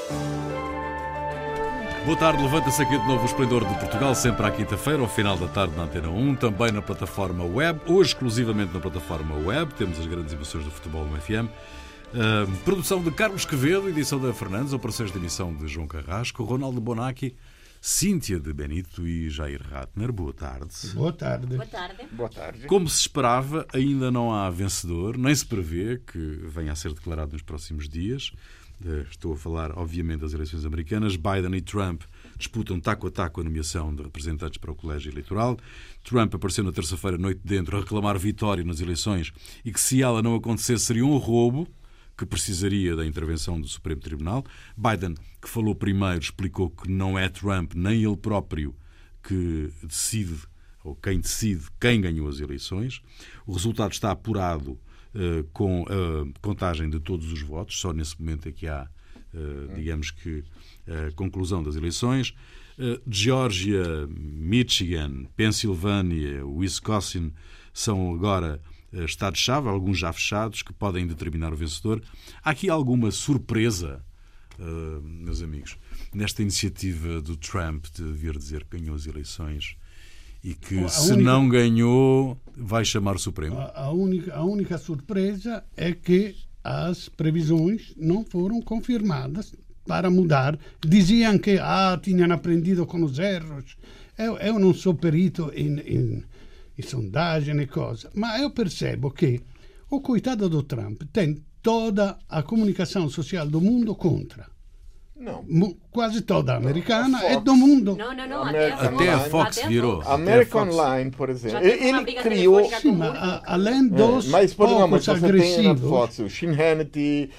Boa tarde, levanta-se aqui de novo o Esplendor de Portugal, sempre à quinta-feira, ao final da tarde na Antena 1, também na plataforma web, hoje exclusivamente na plataforma web, temos as grandes emoções do futebol no FM. Produção de Carlos Quevedo, edição da Fernandes, operações de emissão de João Carrasco, Ronaldo Bonacci, Cíntia de Benito e Jair Ratner. Boa tarde. Boa tarde. Boa tarde. Boa tarde. Como se esperava, ainda não há vencedor, nem se prevê que venha a ser declarado nos próximos dias. Estou a falar, obviamente, das eleições americanas. Biden e Trump disputam taco a taco a nomeação de representantes para o colégio eleitoral. Trump apareceu na terça-feira, noite dentro, a reclamar vitória nas eleições e que, se ela não acontecesse, seria um roubo que precisaria da intervenção do Supremo Tribunal. Biden, que falou primeiro, explicou que não é Trump nem ele próprio que decide, ou quem decide, quem ganhou as eleições. O resultado está apurado com a contagem de todos os votos. Só nesse momento é que há, digamos que, a conclusão das eleições. Geórgia, Michigan, Pensilvânia, Wisconsin são agora estados-chave, alguns já fechados, que podem determinar o vencedor. Há aqui alguma surpresa, meus amigos, nesta iniciativa do Trump de vir dizer que ganhou as eleições e que, se não ganhou, vai chamar o Supremo? A única surpresa é que as previsões não foram confirmadas para mudar. Diziam que tinham aprendido com os erros. Eu não sou perito em sondagem e coisa, mas eu percebo que o coitado do Trump tem toda a comunicação social do mundo contra. Não. Quase toda a americana é do mundo. Não. Até a Fox virou. American Online, por exemplo. Ele criou... Sim, mas além dos mas poucos você agressivos... tem na Fox o Sean Hannity,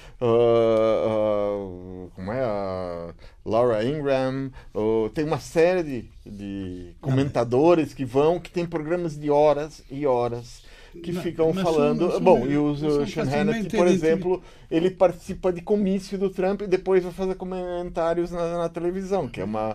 a Laura Ingraham, tem uma série de comentadores que tem programas de horas e horas que ficam falando... E o Sean Hannity, por exemplo, ele participa de comício do Trump e depois vai fazer comentários na televisão, que é uma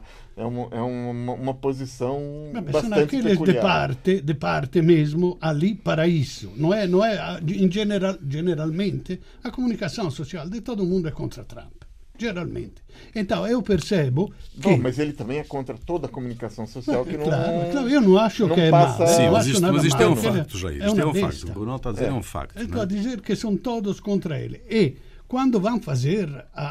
posição bastante peculiar. De parte mesmo ali para isso. Não é generalmente a comunicação social de todo mundo é contra Trump. Geralmente. Então, eu percebo que... mas ele também é contra toda a comunicação social que não... Claro, eu não acho que é passa... mal. Sim, mas isto é um facto, Jair. Isto é um facto. O Ronaldo está a dizer é um facto. Estou a dizer que são todos contra ele. E quando vão fazer...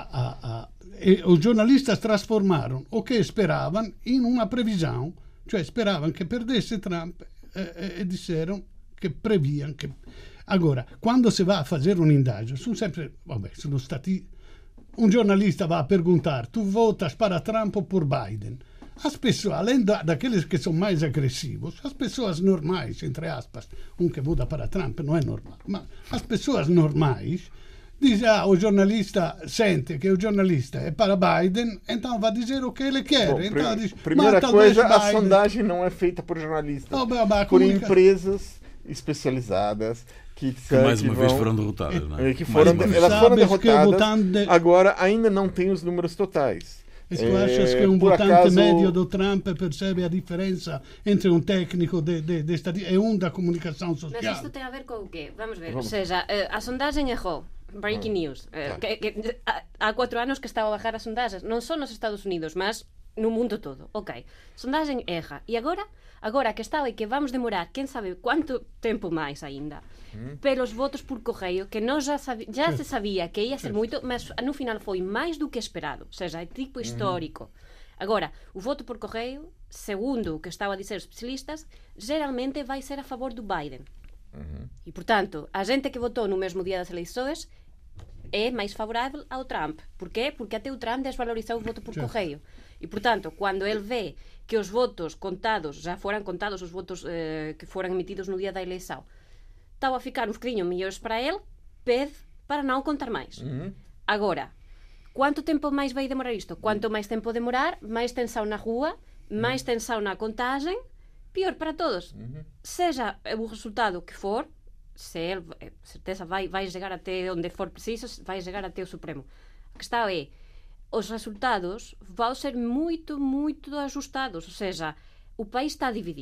os jornalistas transformaram o que esperavam em uma previsão. Cioè, esperavam que perdesse Trump e disseram que previam que... Agora, quando se va a fazer un'indagine, sono sempre... sono stati... Um jornalista vai perguntar: tu votas para Trump ou por Biden? As pessoas, além daqueles que são mais agressivos, as pessoas normais, entre aspas, que vota para Trump não é normal, mas as pessoas normais dizem: o jornalista sente que o jornalista é para Biden, então vai dizer o que ele quer. Então, primeira coisa, a sondagem não é feita por jornalistas, por empresas especializadas que mais uma vez foram derrotadas, não é? Elas foram derrotadas, agora ainda não tem os números totais. E tu achas que votante médio do Trump percebe a diferença entre técnico de estatística e da comunicação social? Mas isto tem a ver com o quê? Vamos ver. Ou seja, a sondagem errou. Breaking news. Há 4 anos que estava a bajar as sondagens, não só nos Estados Unidos, mas no mundo todo. Ok. Sondagem erra. E agora a questão é que vamos demorar, quem sabe quanto tempo mais ainda, pelos votos por correio, que nós já se sabia que ia ser muito, mas no final foi mais do que esperado. Ou seja, é tipo histórico. Agora, o voto por correio, segundo o que estava a dizer os especialistas, geralmente vai ser a favor do Biden. E, portanto, a gente que votou no mesmo dia das eleições é mais favorável ao Trump. Porquê? Porque até o Trump desvalorizou o voto por correio. E, portanto, quando ele vê que os votos contados, já foram contados os votos que foram emitidos no dia da eleição, estava a ficar uns bocadinho melhores para ele, pede para não contar mais. Agora, quanto tempo mais vai demorar isto? Quanto mais tempo demorar, mais tensão na rua, mais tensão na contagem, pior para todos. Seja o resultado que for, se ele, certeza, vai chegar até onde for preciso, vai chegar até o Supremo. A questão é, os resultados vão ser muito, muito ajustados. Ou seja, o país está dividido.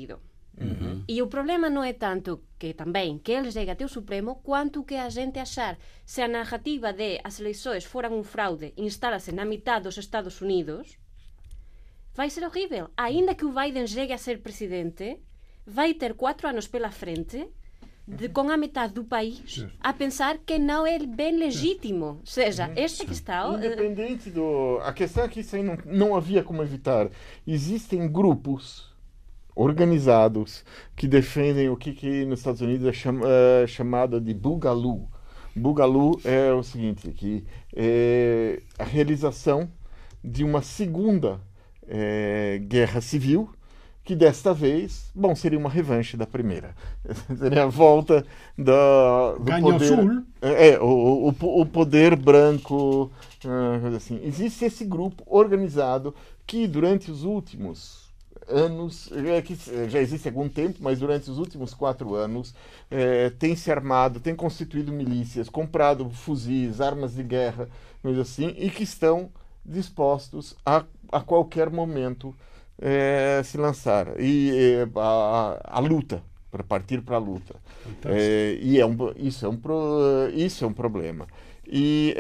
E o problema não é tanto que também que ele chegue até o Supremo, quanto que a gente achar se a narrativa de as eleições foram um fraude instala-se na metade dos Estados Unidos, vai ser horrível. Ainda que o Biden chegue a ser presidente, vai ter 4 anos pela frente com a metade do país a pensar que não é bem legítimo. Ou seja, esta questão... Independente do... A questão é que isso aí não havia como evitar. Existem grupos organizados que defendem o que nos Estados Unidos é chamado de Boogaloo. Boogaloo é o seguinte, que é a realização de uma segunda guerra civil, que desta vez, seria uma revanche da primeira. Seria a volta do poder... Sul. O poder branco, assim. Existe esse grupo organizado que durante os últimos anos, que já existe há algum tempo, mas durante os últimos 4 anos tem se armado, tem constituído milícias, comprado fuzis, armas de guerra, coisa assim, e que estão dispostos a qualquer momento se lançar e a luta, para partir para a luta. E isso é um problema. E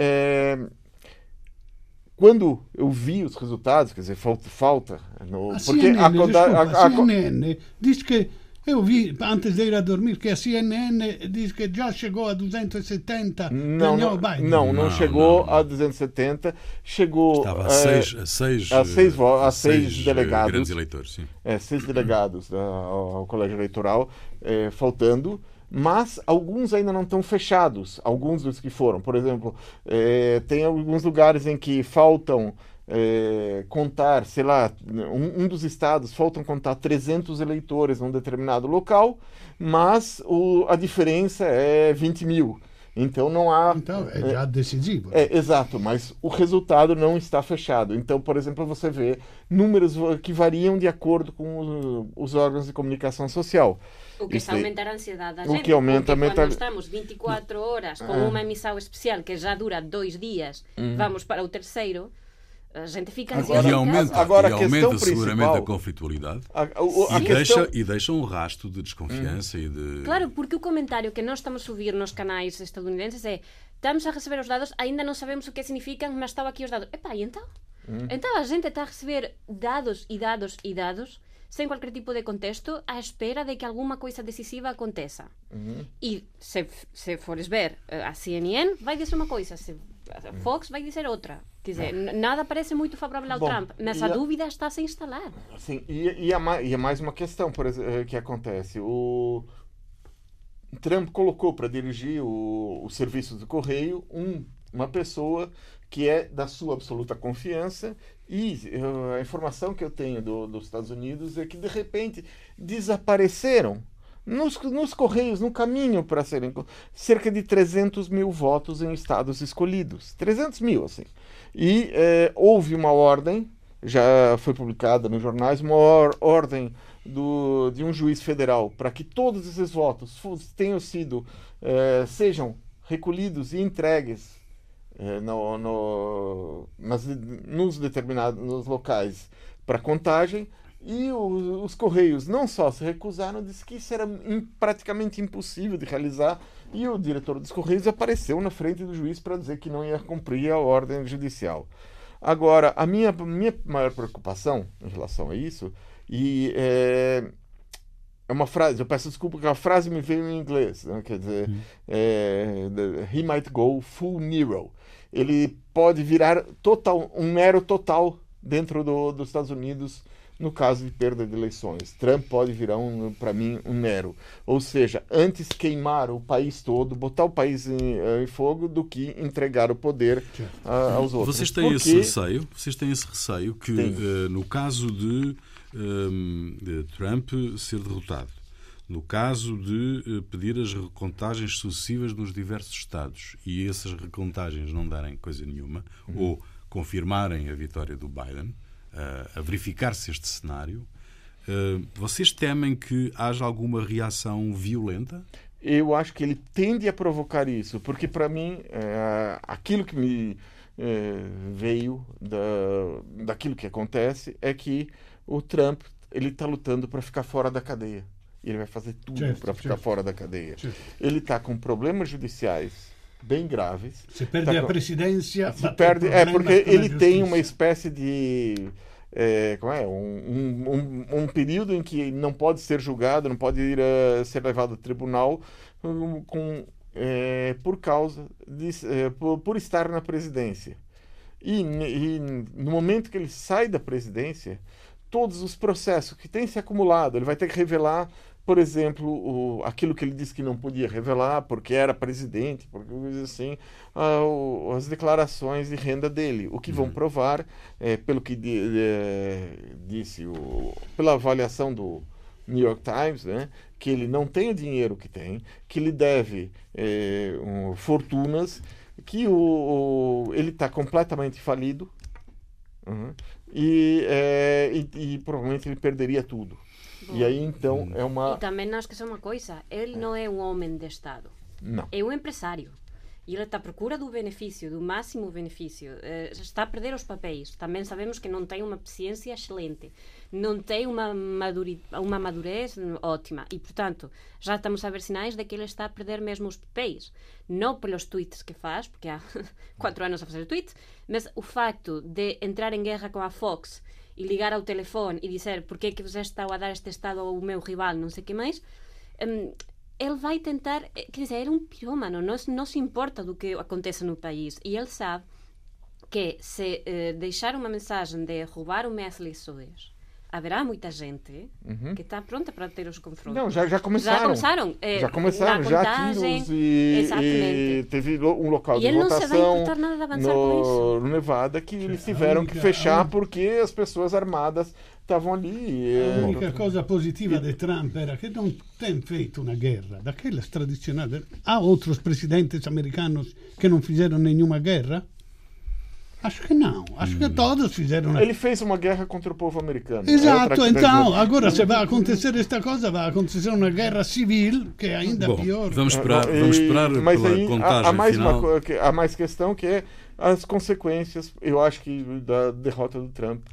quando eu vi os resultados, quer dizer, falta porque a CNN diz que eu vi antes de ir a dormir que a CNN diz que já chegou a 270. Não chegou a 270, chegou estava a 6 delegados, grandes eleitores, sim. 6 delegados ao colégio eleitoral, faltando, mas alguns ainda não estão fechados, alguns dos que foram. Por exemplo, tem alguns lugares em que faltam contar, sei lá, um dos estados faltam contar 300 eleitores num determinado local, mas a diferença é 20 mil. Então não há... Então é já decisivo. Exato, mas o resultado não está fechado. Então, por exemplo, você vê números que variam de acordo com os órgãos de comunicação social. O que está a aumentar a ansiedade da gente. O que aumenta quando estamos 24 horas com uma emissão especial que já dura 2 dias, vamos para o terceiro, a gente fica ansiosa. E aumenta seguramente a conflitualidade e deixa um rastro de desconfiança e de... Claro, porque o comentário que nós estamos a ouvir nos canais estadunidenses é: estamos a receber os dados, ainda não sabemos o que significam, mas estão aqui os dados. Epá, e então? Então a gente está a receber dados e dados e dados sem qualquer tipo de contexto, à espera de que alguma coisa decisiva aconteça. E se fores ver a CNN, vai dizer uma coisa, a Fox vai dizer outra. Quer dizer, nada parece muito favorável ao Trump, mas a dúvida está a se instalar. Sim, e é mais uma questão que acontece. O Trump colocou para dirigir o serviço do correio uma pessoa que é da sua absoluta confiança, e a informação que eu tenho dos Estados Unidos é que, de repente, desapareceram nos correios, no caminho para serem cerca de 300 mil votos em estados escolhidos. 300 mil, assim. E houve uma ordem, já foi publicada nos jornais, uma ordem de um juiz federal para que todos esses votos tenham sido, sejam recolhidos e entregues nos locais para contagem, e os Correios não só se recusaram, disse que isso era praticamente impossível de realizar, e o diretor dos Correios apareceu na frente do juiz para dizer que não ia cumprir a ordem judicial. Agora, a minha maior preocupação em relação a isso, e é uma frase, eu peço desculpa porque a frase me veio em inglês, né? Quer dizer, he might go full Nero. Ele pode virar um Nero total dentro dos Estados Unidos no caso de perda de eleições. Trump pode virar, para mim, um Nero. Ou seja, antes queimar o país todo, botar o país em fogo, do que entregar o poder aos outros. Vocês têm esse receio que, no caso de Trump ser derrotado, no caso de pedir as recontagens sucessivas nos diversos estados e essas recontagens não darem coisa nenhuma, ou confirmarem a vitória do Biden, a verificar-se este cenário, vocês temem que haja alguma reação violenta? Eu acho que ele tende a provocar isso, porque para mim aquilo que me veio daquilo que acontece é que o Trump ele está lutando para ficar fora da cadeia. e ele vai fazer tudo para ficar fora da cadeia. Ele está com problemas judiciais bem graves. Se perde a presidência... Se perde, porque ele tem uma espécie de... um período em que não pode ser julgado, não pode ir ser levado ao tribunal por causa por estar na presidência. E no momento que ele sai da presidência, todos os processos que têm se acumulado, ele vai ter que revelar, por exemplo, aquilo que ele disse que não podia revelar porque era presidente, porque assim, as declarações de renda dele, o que vão provar, pelo que disse, pela avaliação do New York Times, né, que ele não tem o dinheiro que tem, que ele deve fortunas, que ele está completamente falido, e provavelmente ele perderia tudo. Bom, e aí, então, é uma... E também acho que isso é uma coisa. Ele não é um homem de Estado. Não. É um empresário. E ele está à procura do benefício, do máximo benefício. Está a perder os papéis. Também sabemos que não tem uma paciência excelente. Não tem uma madurez ótima. E, portanto, já estamos a ver sinais de que ele está a perder mesmo os papéis. Não pelos tweets que faz, porque há 4 anos a fazer tweet, mas o facto de entrar em guerra com a Fox e ligar ao telefone e dizer porque é que você está a dar este Estado ao meu rival, não sei o que mais, ele vai tentar, quer dizer, é um pirómano, não se importa do que aconteça no país, e ele sabe que se deixar uma mensagem de roubar as eleições, haverá muita gente que está pronta para ter os confrontos. Não, já começaram. Já começaram, já tiros e teve um local de votação não se vai importar nada de avançar com isso. No Nevada que eles tiveram que fechar porque as pessoas armadas estavam ali. A única cosa positiva de Trump era que não tem feito uma guerra daquelas tradicionais. Há outros presidentes americanos que não fizeram nenhuma guerra? Acho que não. Acho que todos fizeram... Ele fez uma guerra contra o povo americano. Exato, então, agora se vai acontecer esta coisa, vai acontecer uma guerra civil, que é ainda pior. Vamos esperar mas pela aí, contagem final. Há mais questão que é as consequências, eu acho que da derrota do Trump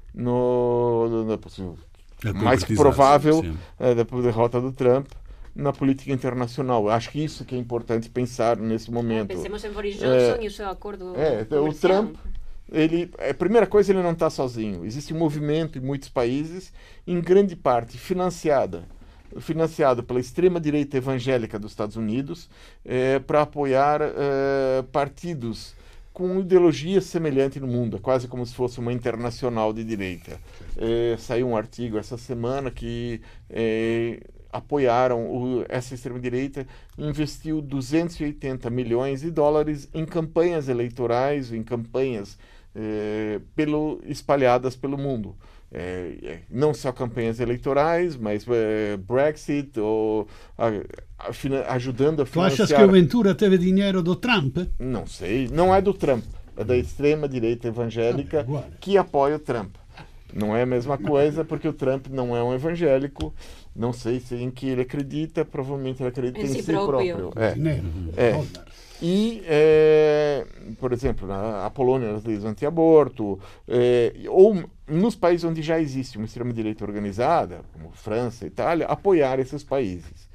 mais provável da derrota do Trump na política internacional. Acho que isso que é importante pensar nesse momento. Pensemos em Boris Johnson e o seu acordo o Trump, a primeira coisa, ele não está sozinho. Existe um movimento em muitos países, em grande parte financiado pela extrema-direita evangélica dos Estados Unidos, para apoiar partidos com ideologia semelhante no mundo, é quase como se fosse uma internacional de direita. Saiu um artigo essa semana que apoiaram essa extrema-direita, investiu 280 milhões de dólares em campanhas eleitorais, em campanhas espalhadas pelo mundo. Não só campanhas eleitorais, mas Brexit, ou ajudando a financiar... Tu achas que o Ventura teve dinheiro do Trump? Não sei, não é do Trump, é da extrema-direita evangélica que apoia o Trump. Não é a mesma coisa, porque o Trump não é um evangélico. Não sei em que ele acredita, provavelmente ele acredita em si próprio. E, por exemplo, a Polônia, as leis anti-aborto, ou nos países onde já existe uma extrema-direita organizada, como França, Itália, apoiar esses países.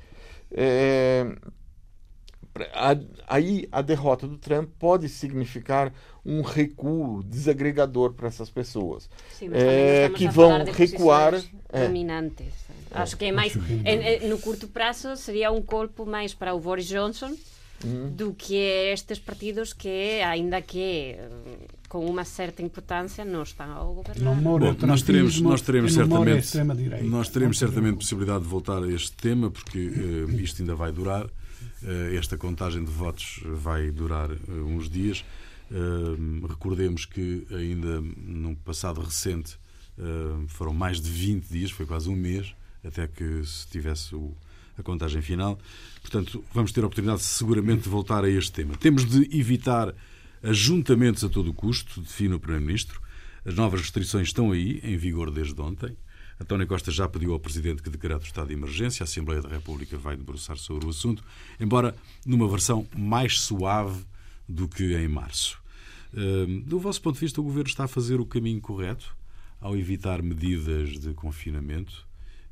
Aí a derrota do Trump pode significar um recuo desagregador para essas pessoas. Sim, mas que vão recuar dominantes. Acho que é mais no curto prazo seria um golpe mais para o Boris Johnson do que estes partidos que, ainda que com uma certa importância, não estão ao governar. Bom, nós teremos certamente possibilidade de voltar a este tema, porque isto ainda vai durar. Esta contagem de votos vai durar uns dias. Recordemos que ainda no passado recente foram mais de 20 dias, foi quase um mês, até que se tivesse a contagem final. Portanto, vamos ter a oportunidade seguramente de voltar a este tema. Temos de evitar ajuntamentos a todo o custo, define o Primeiro-Ministro. As novas restrições estão aí, em vigor desde ontem. António Costa já pediu ao Presidente que decrete o estado de emergência. A Assembleia da República vai debruçar sobre o assunto, embora numa versão mais suave do que em março. Do vosso ponto de vista, o Governo está a fazer o caminho correto ao evitar medidas de confinamento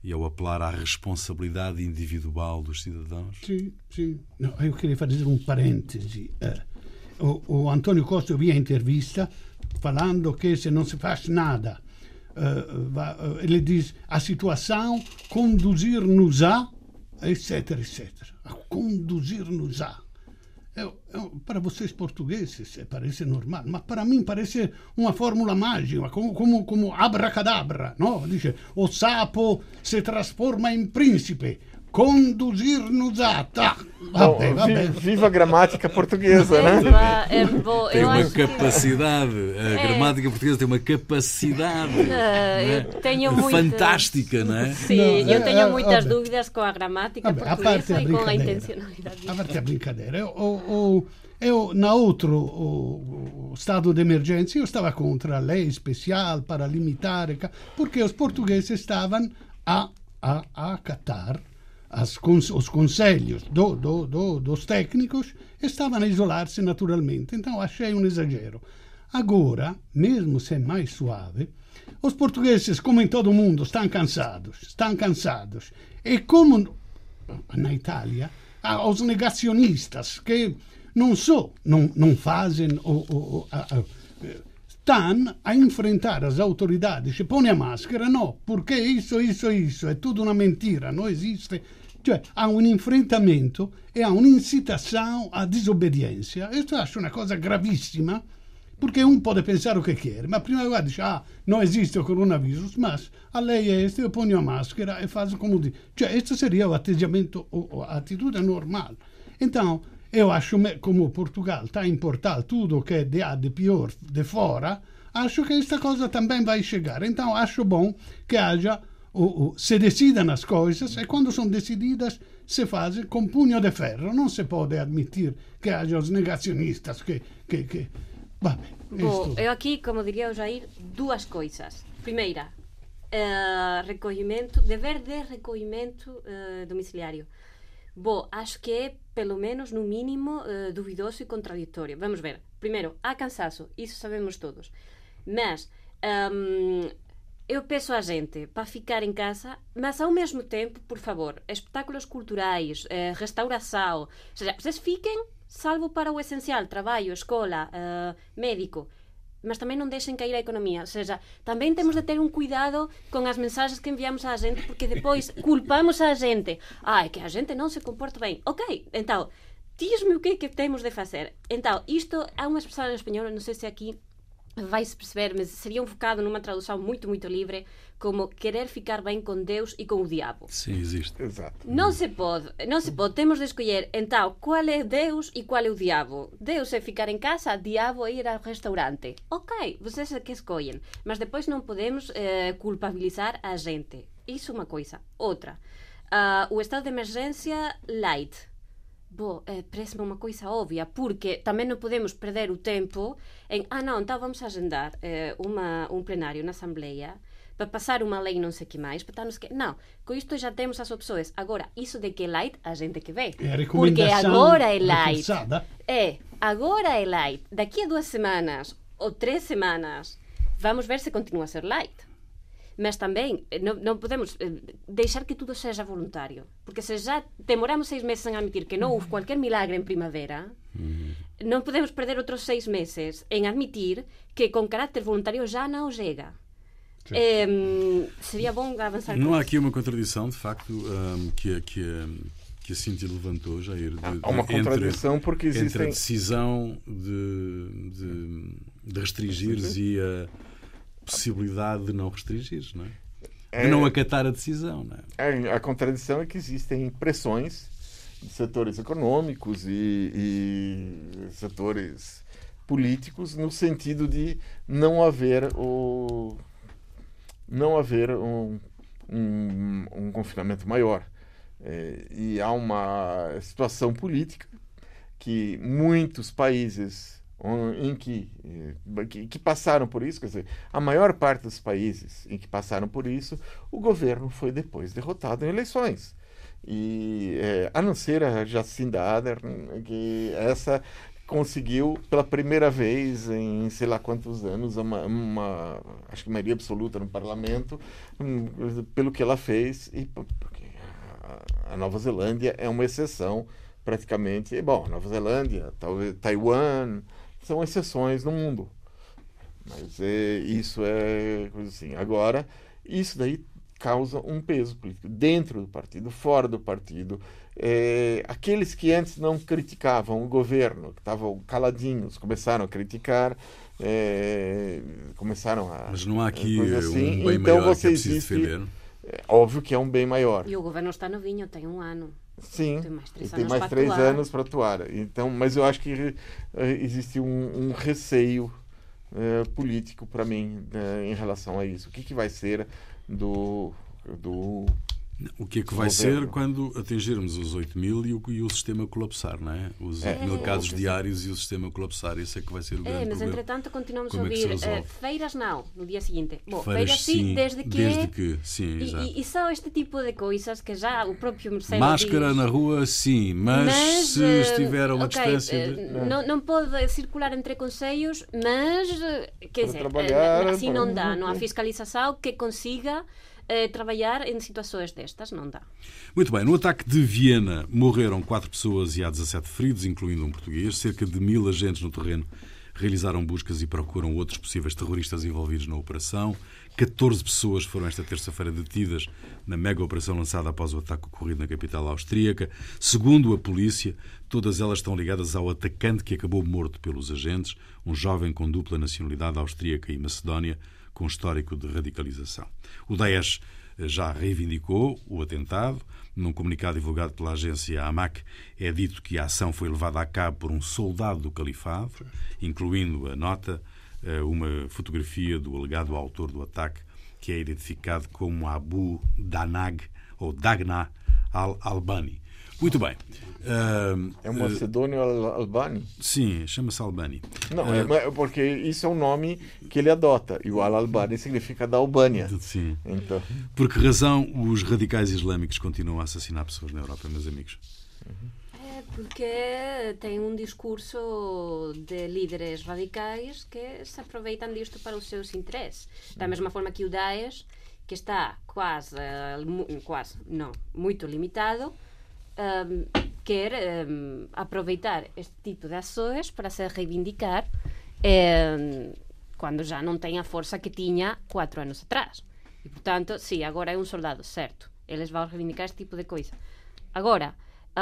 e ao apelar à responsabilidade individual dos cidadãos. Sì. No, io queria fare un parentesi. O Antonio Costa, eu vi a intervista falando que se não se faz nada, ele diz, a situação conduzir-nos a, etc. A conduzir-nos a. Para vocês portugueses parece normal, mas para mim parece uma fórmula mágica, como abracadabra, no? Dice, o sapo se trasforma em príncipe, conduzir-nos a... Tá. Vabbè. Viva a gramática portuguesa, né? Tem uma capacidade, a gramática portuguesa tem uma capacidade fantástica, não é? Sim, eu tenho muitas dúvidas com a gramática portuguesa e com a intencionalidade. A parte a brincadeira. Eu, na outro estado de emergência, eu estava contra a lei especial para limitar, porque os portugueses estavam a acatar os conselhos dos técnicos, estavam a isolar-se naturalmente. Então achei um exagero. Agora, mesmo se é mais suave, os portugueses, como em todo o mundo, estão cansados. E como na Itália, há os negacionistas que não fazem estão a enfrentar as autoridades e põe a máscara, no, porque isso, é tudo uma mentira, não existe. Cioè, há um enfrentamento e há uma incitação à desobediência. Eu acho uma coisa gravíssima, porque pode pensar o que quer, mas prima agora dice, não existe o coronavírus, mas a lei é esta, eu ponho a máscara e faço como diz. Cioè, este seria o atteggiamento, a atitude normal. Então, eu acho, como Portugal está a importar tudo que há de pior de fora, acho que esta coisa também vai chegar. Então, acho bom que haja, se decidam as coisas, e quando são decididas, se fazem com punho de ferro. Não se pode admitir que haja os negacionistas que Bom, eu aqui, como diria o Jair, duas coisas. Primeira, dever de recolhimento domiciliário. Bom, acho que é, pelo menos, no mínimo, duvidoso e contraditório. Vamos ver. Primeiro, há cansaço, isso sabemos todos. Mas eu peço à gente para ficar em casa, mas ao mesmo tempo, por favor, espetáculos culturais, restauração, ou seja, vocês fiquem, salvo para o essencial, trabalho, escola, médico, mas também não deixem cair a economia. Ou seja, também temos de ter um cuidado com as mensagens que enviamos à gente, porque depois culpamos a gente. É que a gente não se comporta bem. Ok, então, diz-me o que é que temos de fazer. Então, isto há uma expressão em espanhol, não sei se aqui vai-se perceber, mas seria focado numa tradução muito, muito livre, como querer ficar bem com Deus e com o diabo. Sim, existe. Exato. Não se pode, temos de escolher, então, qual é Deus e qual é o diabo. Deus é ficar em casa, diabo é ir ao restaurante. Ok, vocês é que escolhem, mas depois não podemos culpabilizar a gente. Isso é uma coisa. Outra, o estado de emergência light. Bom, parece-me uma coisa óbvia, porque também não podemos perder o tempo em, então vamos agendar um plenário na Assembleia para passar uma lei não sei o que mais, para não sei que. Não, com isto já temos as opções. Agora, isso de que é light, a gente que vê. Porque agora é light. Agora é light. Daqui a 2 semanas ou 3 semanas, vamos ver se continua a ser light. Mas também não podemos deixar que tudo seja voluntário, porque se já demoramos 6 meses em admitir que não houve qualquer milagre em primavera, não podemos perder outros 6 meses em admitir que com caráter voluntário já não chega. Seria bom avançar. Não há aqui uma contradição, de facto, que a Cíntia levantou, Jair, há uma contradição porque existem... entre a decisão de restringires e a possibilidade de não restringir, não é? De não acatar a decisão, não é? A contradição é que existem pressões de setores econômicos e setores políticos no sentido de não haver um confinamento maior. E há uma situação política que muitos países em que passaram por isso, quer dizer, a maior parte dos países em que passaram por isso, o governo foi depois derrotado em eleições. E a não ser a Jacinda Ardern, que essa conseguiu pela primeira vez em sei lá quantos anos acho que maioria absoluta no parlamento, pelo que ela fez, e porque a Nova Zelândia é uma exceção praticamente. Bom, Nova Zelândia, talvez Taiwan, são exceções no mundo, mas isso é coisa assim. Agora, isso daí causa um peso político dentro do partido, fora do partido. Aqueles que antes não criticavam o governo, que estavam caladinhos, começaram a criticar, começaram a... Mas não há aqui assim. um bem então, maior que é preciso defender? Óbvio que é um bem maior. E o governo está novinho, tem 1 ano. Sim, tem mais 3 anos para atuar. Então, mas eu acho que existe um receio político para mim em relação a isso. O que vai ser do O que é que vai ser quando atingirmos os 8.000 e o sistema colapsar, não é? Os 8.000 casos diários e o sistema colapsar. Isso é que vai ser o grande mas problema. entretanto continuamos Como a ouvir feiras não, no dia seguinte. Bom, feiras sim, desde que sim, exato. E só este tipo de coisas que já o próprio Marcelo Máscara diz, na rua, sim, mas se estiver a uma distância... Não pode circular entre concellos, mas quer dizer, assim não dá, não há fiscalização que consiga trabalhar em situações destas, não dá. Muito bem, no ataque de Viena morreram 4 pessoas e há 17 feridos, incluindo um português. Cerca de 1.000 agentes no terreno realizaram buscas e procuram outros possíveis terroristas envolvidos na operação. 14 pessoas foram esta terça-feira detidas na mega operação lançada após o ataque ocorrido na capital austríaca. Segundo a polícia, todas elas estão ligadas ao atacante que acabou morto pelos agentes, um jovem com dupla nacionalidade austríaca e macedónia, com histórico de radicalização. O Daesh já reivindicou o atentado. Num comunicado divulgado pela agência AMAC, é dito que a ação foi levada a cabo por um soldado do califado, incluindo a nota, uma fotografia do alegado autor do ataque, que é identificado como Abu Danag, ou Dagna al-Albani. Muito bem. É um macedônio Albani? Sim, chama-se Albani. Não, porque isso é um nome que ele adota. E o Al-Albani significa da Albânia. Sim. Então... Por que razão os radicais islâmicos continuam a assassinar pessoas na Europa, meus amigos? Porque tem um discurso de líderes radicais que se aproveitam disto para os seus interesses. Da mesma forma que o Daesh, que está muito limitado, quer aproveitar este tipo de ações para se reivindicar quando já não tem a força que tinha 4 anos atrás. E, portanto, sim, agora é um soldado, certo. Eles vão reivindicar este tipo de coisa. Agora,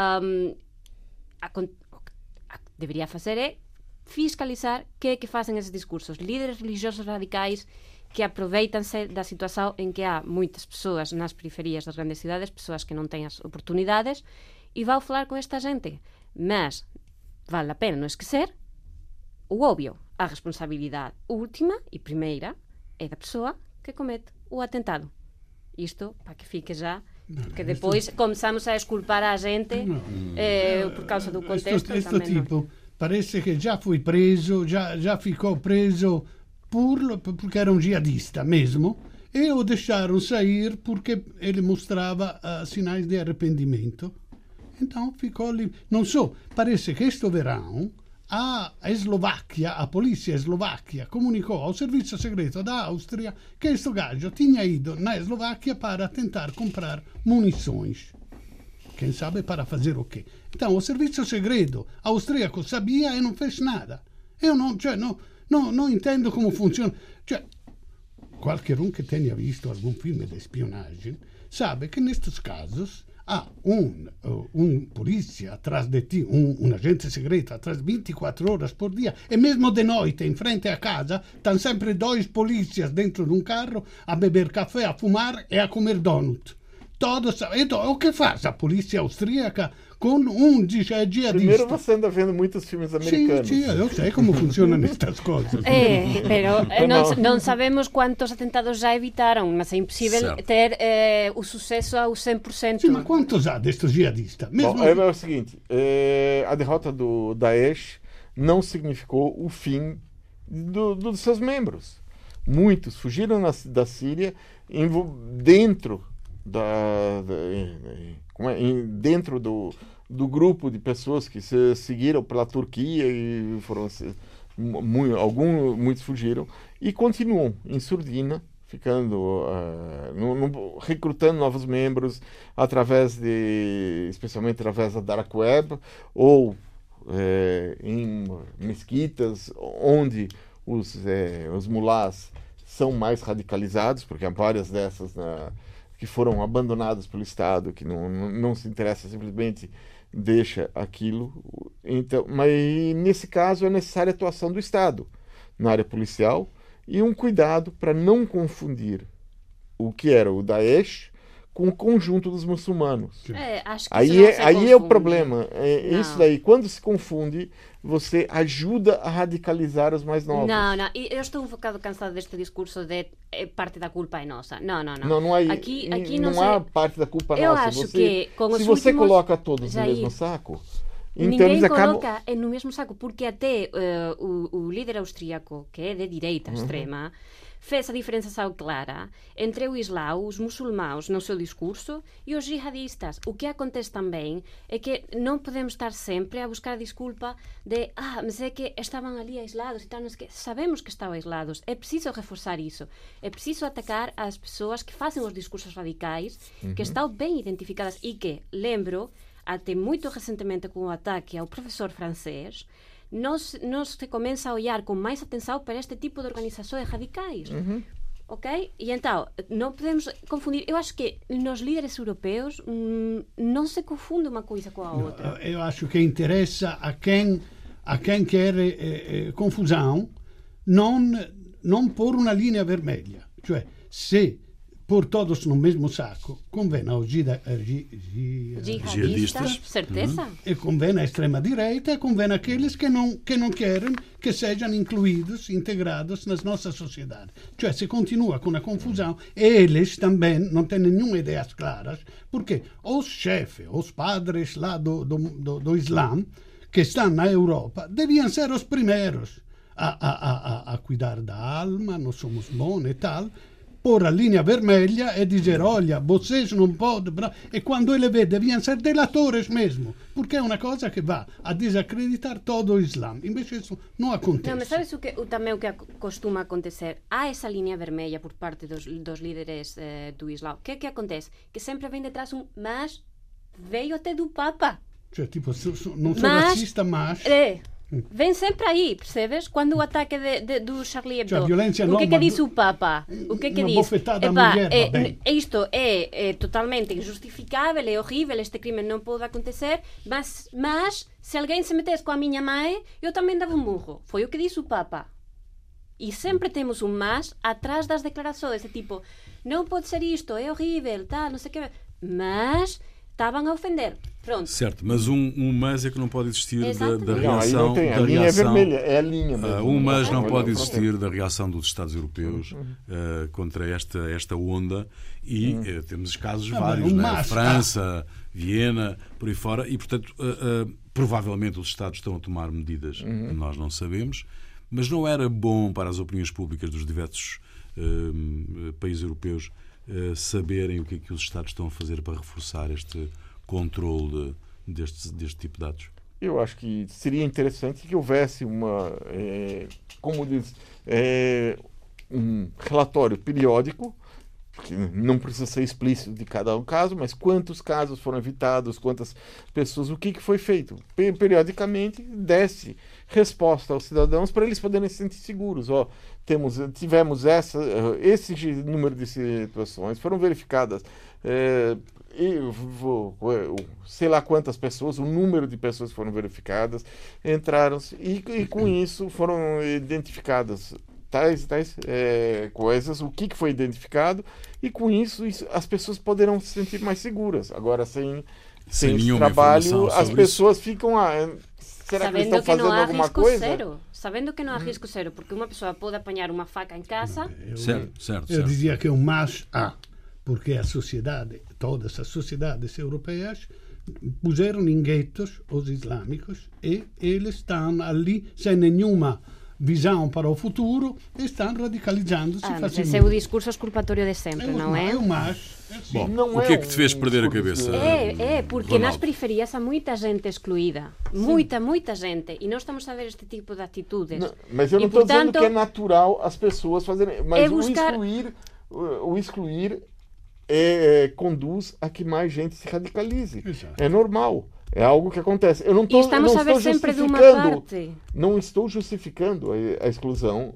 o que deveria fazer é fiscalizar o que fazem esses discursos. Líderes religiosos radicais que aproveitam-se da situação em que há muitas pessoas nas periferias das grandes cidades, pessoas que não têm as oportunidades, e vão falar com esta gente. Mas vale a pena não esquecer o óbvio. A responsabilidade última e primeira é da pessoa que comete o atentado. Isto para que fique já, porque depois começamos a exculpar a gente por causa do contexto. Este tipo parece que já foi preso, já ficou preso porque era um jihadista mesmo, e o deixaram sair porque ele mostrava sinais de arrependimento. Então ficou ali. Não so, parece que este verão a Eslováquia, a polícia eslovaquia comunicou ao serviço secreto da Áustria que este gajo tinha ido na Eslováquia para tentar comprar munições. Quem sabe para fazer o quê? Então o serviço secreto austríaco sabia e não fez nada. Eu não entendo como funciona. Qualquer um que tenha visto algum filme de espionagem sabe que nestes casos há um polícia atrás de ti, um agente secreto atrás 24 horas por dia, e mesmo de noite, em frente à casa, estão sempre 2 polícias dentro de um carro a beber café, a fumar e a comer donut. Todos. Então, o que faz a polícia austríaca com um jihadista? Primeiro, você anda vendo muitos filmes americanos. Sim, eu sei como funcionam estas coisas. Não sabemos quantos atentados já evitaram, mas é impossível ter o sucesso ao 100%. Sim, mas quantos há destes jihadistas? Bom, é o seguinte, a derrota do Daesh não significou o fim dos seus membros. Muitos fugiram da Síria dentro dentro do grupo de pessoas que se seguiram pela Turquia e foram muitos fugiram e continuam em surdina, ficando recrutando novos membros especialmente através da Dark Web ou em mesquitas onde os mulás são mais radicalizados, porque há várias dessas que foram abandonadas pelo Estado, que não se interessa, simplesmente deixa aquilo. Então, mas nesse caso é necessária a atuação do Estado na área policial e um cuidado para não confundir o que era o Daesh com o conjunto dos muçulmanos. Acho que aí é o problema. Isso daí, quando se confunde, você ajuda a radicalizar os mais novos. Não, eu estou um bocado cansado deste discurso de parte da culpa é nossa. Não. Aqui não há parte da culpa eu nossa. Acho que com se você coloca todos no mesmo saco, então ninguém coloca no mesmo saco, porque até o líder austríaco, que é de direita extrema, fez a diferenciação clara entre o Islão, os muçulmanos no seu discurso e os jihadistas. O que acontece também é que não podemos estar sempre a buscar a desculpa de mas é que estavam ali aislados e tal, sabemos que estavam aislados. É preciso reforçar isso. É preciso atacar as pessoas que fazem os discursos radicais, que estão bem identificadas e que, lembro, até muito recentemente com o ataque ao professor francês, nós se começa a olhar com mais atenção para este tipo de organizações radicais. Ok? E então, não podemos confundir. Eu acho que nos líderes europeus não se confunde uma coisa com a outra. Eu acho que interessa a quem quer confusão não pôr uma linha vermelha. Cioè, se pôr todos no mesmo saco, convém aos jihadistas, certeza. E convém à extrema-direita, e convém àqueles que não querem que sejam incluídos, integrados nas nossas sociedades. Cioè, se continua com a confusão, eles também não têm nenhuma ideias claras, porque os chefes, os padres lá do Islã, que estão na Europa, deviam ser os primeiros a cuidar da alma, nós somos bons e tal, pôr a linha vermelha e dizer, olha, vocês não podem... E quando ele vê, deviam ser delatores mesmo, porque é uma coisa que vai a desacreditar todo o Islã. Invece isso não acontece. Não, mas sabes também o que costuma acontecer? Há essa linha vermelha por parte dos líderes do Islã. O que é que acontece? Que sempre vem detrás mas veio até do Papa. Cioè, tipo, não sou racista, mas... Vem sempre aí, percebes? Quando o ataque do Charlie Hebdo, cioè, o que é que diz o Papa? O que é que diz? Isto é totalmente injustificável, é horrível, este crime não pode acontecer, mas se alguém se metesse com a minha mãe, eu também dava um murro. Foi o que disse o Papa. E sempre temos um mas atrás das declarações, é tipo, não pode ser isto, é horrível, tá, não sei o que, mas... estavam a ofender. Pronto. Certo, mas mas é que não pode existir da reação... Não tem. A linha é vermelha, é a linha mesmo. Mas não pode existir da reação dos Estados europeus contra esta onda e temos casos vários, né? França, Viena, por aí fora, e portanto provavelmente os Estados estão a tomar medidas, nós não sabemos, mas não era bom para as opiniões públicas dos diversos países europeus saberem o que é que os Estados estão a fazer para reforçar este controle deste tipo de dados? Eu acho que seria interessante que houvesse um relatório periódico, que não precisa ser explícito de cada um caso, mas quantos casos foram evitados, quantas pessoas, o que foi feito. Periodicamente desse resposta aos cidadãos para eles poderem se sentir seguros. Tivemos esse número de situações, foram verificadas sei lá quantas pessoas, o número de pessoas que foram verificadas, entraram e com isso foram identificadas tais coisas, o que foi identificado, e com isso as pessoas poderão se sentir mais seguras. Agora, sem esse trabalho, as pessoas ficam... será que eles estão fazendo alguma coisa? Sabendo que não há risco zero, porque uma pessoa pode apanhar uma faca em casa... Certo. Eu dizia que um mas há, porque a sociedade, todas as sociedades europeias puseram em guetos os islâmicos e eles estão ali sem nenhuma visão para o futuro e estão radicalizando-se facilmente. Esse é o discurso exculpatório de sempre, não é? Bom, o que é que te fez perder a cabeça? Porque Ronaldo? nas periferias há muita gente excluída. Muita gente. E nós estamos a ver este tipo de atitudes. Não, mas eu não estou dizendo que é natural as pessoas fazerem. Mas o excluir conduz a que mais gente se radicalize. Exato. É normal. É algo que acontece. Eu não E estamos a ver sempre de uma parte. Não estou justificando a exclusão,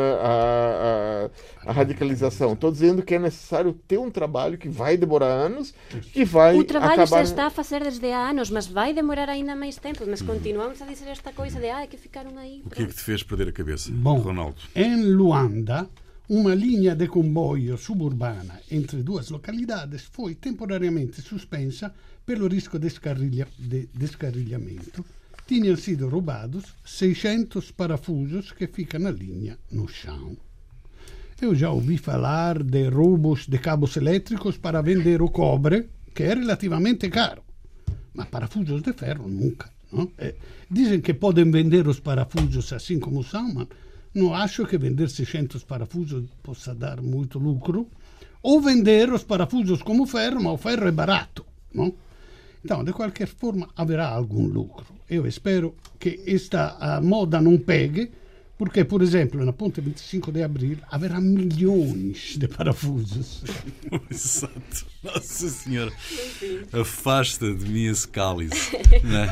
a radicalização. Estou dizendo que é necessário ter um trabalho que vai demorar anos, que vai O trabalho acabar... se está a fazer desde há anos, mas vai demorar ainda mais tempo. Mas continuamos a dizer esta coisa de que ficaram aí. O que é que te fez perder a cabeça, Bom, Ronaldo? em Luanda, uma linha de comboio suburbana entre duas localidades foi temporariamente suspensa pelo risco de descarrilhamento. Tinham sido roubados 600 parafusos que ficam na linha no chão. Eu já ouvi falar de roubos de cabos elétricos para vender o cobre, que é relativamente caro. Mas parafusos de ferro nunca. Não? Dizem que podem vender os parafusos assim como são, mas não acho que vender 600 parafusos possa dar muito lucro. Ou vender os parafusos como ferro, mas o ferro é barato. Não? Então, de qualquer forma, haverá algum lucro. Eu espero que esta moda não pegue, porque, por exemplo, na ponte 25 de abril haverá milhões de parafusos. Exato. Nossa Senhora. Afasta de mim esse cálice, né?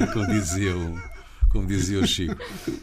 Como dizia o Chico.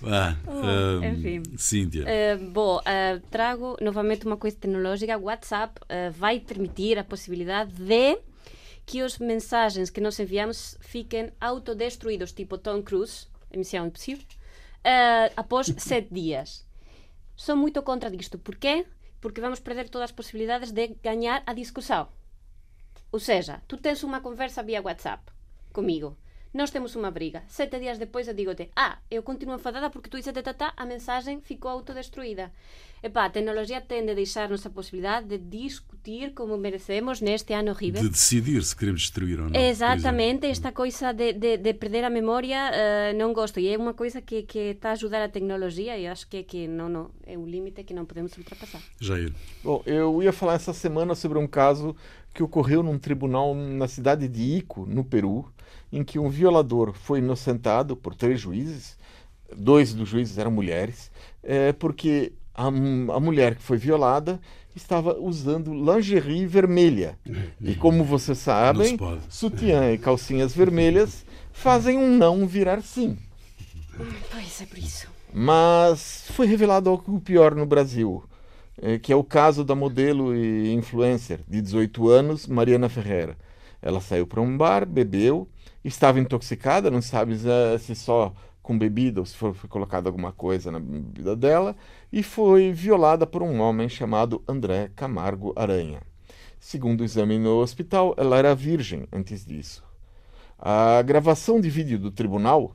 Enfim. Cíntia. Trago novamente uma coisa tecnológica. O WhatsApp vai permitir a possibilidade de que as mensagens que nós enviamos fiquem autodestruídos, tipo Tom Cruise, Missão Impossível, após 7 dias. Sou muito contra disto. Porquê? Porque vamos perder todas as possibilidades de ganhar a discussão. Ou seja, tu tens uma conversa via WhatsApp comigo. Nós temos uma briga. 7 dias depois eu digo-te, eu continuo enfadada porque tu disseste a mensagem ficou autodestruída. A tecnologia tende a deixar-nos a possibilidade de discutir como merecemos neste ano horrível. De decidir se queremos destruir ou não. Exatamente, esta coisa de perder a memória não gosto. E é uma coisa que está a ajudar a tecnologia e eu acho que não, é um limite que não podemos ultrapassar. Jair. Bom, eu ia falar essa semana sobre um caso que ocorreu num tribunal na cidade de Ico, no Peru, em que um violador foi inocentado por 3 juízes, 2 dos juízes eram mulheres, porque a mulher que foi violada estava usando lingerie vermelha. E como vocês sabem, sutiã e calcinhas vermelhas fazem um não virar sim. Pois é por isso. Mas foi revelado algo pior no Brasil, que é o caso da modelo e influencer de 18 anos, Mariana Ferreira. Ela saiu para um bar, bebeu, estava intoxicada, não sabe se só com bebida ou se foi colocada alguma coisa na bebida dela, e foi violada por um homem chamado André Camargo Aranha. Segundo o exame no hospital, ela era virgem antes disso. A gravação de vídeo do tribunal,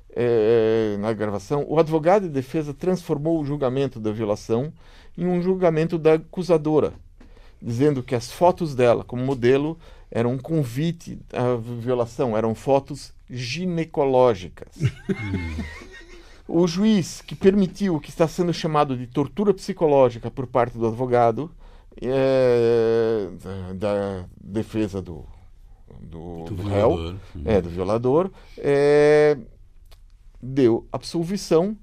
na gravação, o advogado de defesa transformou o julgamento da violação em um julgamento da acusadora, dizendo que as fotos dela como modelo eram um convite à violação, eram fotos ginecológicas. O juiz que permitiu o que está sendo chamado de tortura psicológica por parte do advogado da defesa do réu, do violador, deu absolvição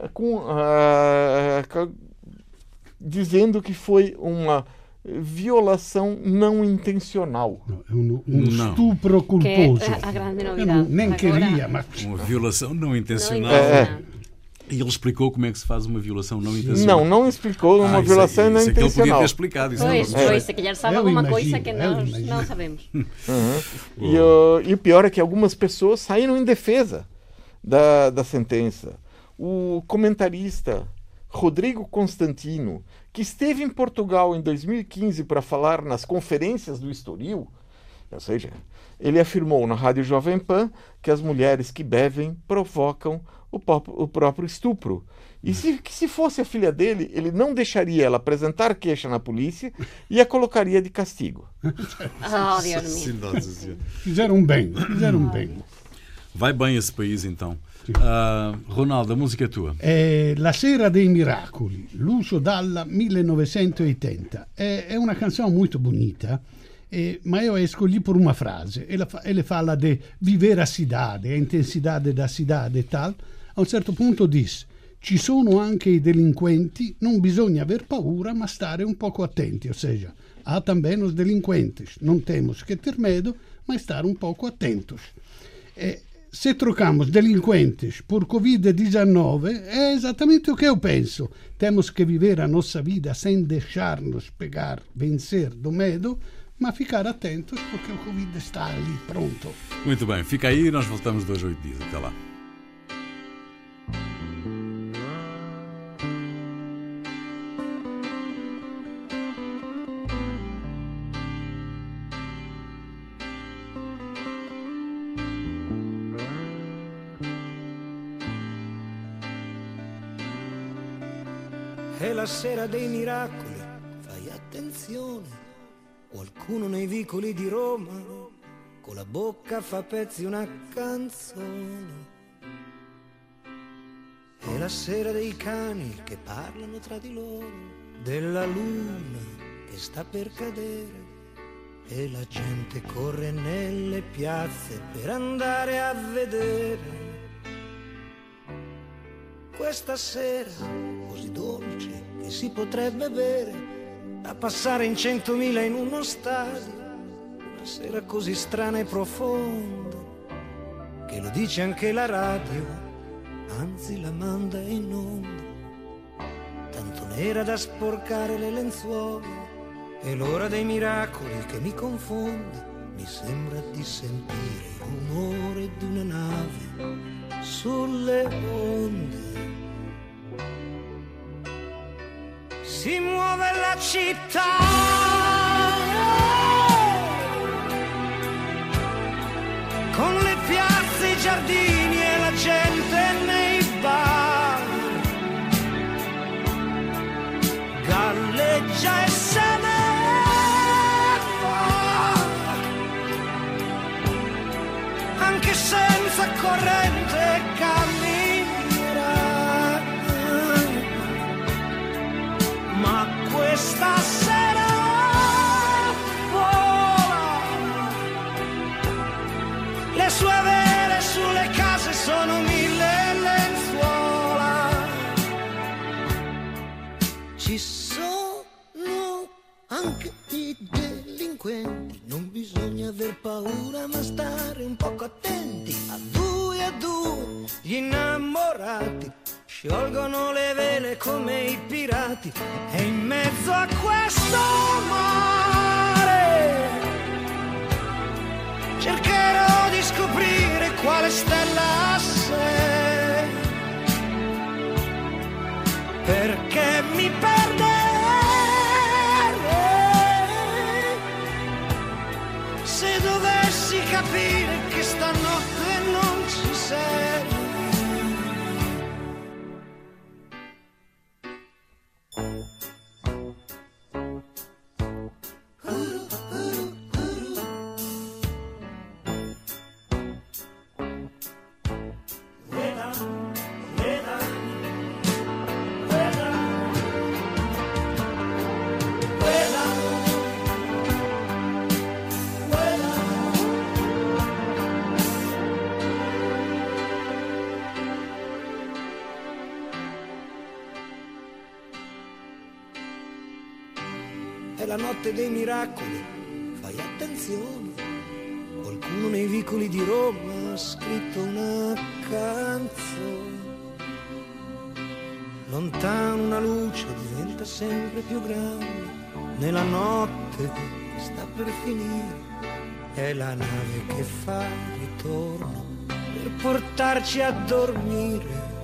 dizendo que foi uma violação não intencional. Um estupro culposo. Que é a grande novidade. Nem queria, mas... Uma violação não intencional. E ele explicou como é que se faz uma violação não intencional. Não explicou uma violação não intencional. Isso é que ele podia ter explicado. Pois, se calhar sabe alguma coisa que nós não sabemos. E o pior é que algumas pessoas saíram em defesa da sentença. O comentarista Rodrigo Constantino, que esteve em Portugal em 2015 para falar nas conferências do Estoril, ou seja, ele afirmou na Rádio Jovem Pan que as mulheres que bebem provocam o próprio estupro. E se fosse a filha dele, ele não deixaria ela apresentar queixa na polícia e a colocaria de castigo. Deus meu. Fizeram bem. Vai bem esse país, então. Ronaldo, a música é tua. È La sera dei miracoli, l'uso dalla 1980. È una canzone molto bonita, ma io escolhi per una frase. Ele fala de viver a cidade, a intensidade da cidade e tal. A un certo punto dice: ci sono anche i delinquenti, non bisogna aver paura, ma stare un poco attenti. O seja, há também os delinquentes. Não temos que ter medo, mas estar um pouco atentos. Se trocamos delinquentes por Covid-19, é exatamente o que eu penso. Temos que viver a nossa vida sem deixar-nos pegar, vencer do medo, mas ficar atentos porque o Covid está ali pronto. Muito bem, fica aí, nós voltamos 2 a 8 dias. Até lá. È la sera dei miracoli, fai attenzione, qualcuno nei vicoli di Roma con la bocca fa pezzi una canzone. È la sera dei cani che parlano tra di loro, della luna che sta per cadere, e la gente corre nelle piazze per andare a vedere. Questa sera così dolce che si potrebbe bere, da passare in 100.000 in uno stadio, una sera così strana e profonda che lo dice anche la radio, anzi la manda in onda, tanto nera da sporcare le lenzuola. È l'ora dei miracoli che mi confonde, mi sembra di sentire il rumore di una nave sulle onde. Si muove la città, con le piazze, i giardini e la gente nei bar, galleggia e se ne va, anche senza corrente camminerà. Ma questa sera vola, le sue vele sulle case sono 1000 lenzuola. Ci sono anche i delinquenti, non bisogna aver paura ma stare un poco attenti. A due gli innamorati sciolgono le vele come i pirati, e in mezzo a questo mare cercherò di scoprire quale stella sei, perché mi perderei se dovessi capire che stanotte non ci sei. È la notte dei miracoli, fai attenzione, qualcuno nei vicoli di Roma ha scritto una canzone. Lontano una luce diventa sempre più grande, nella notte che sta per finire, è la nave che fa ritorno per portarci a dormire.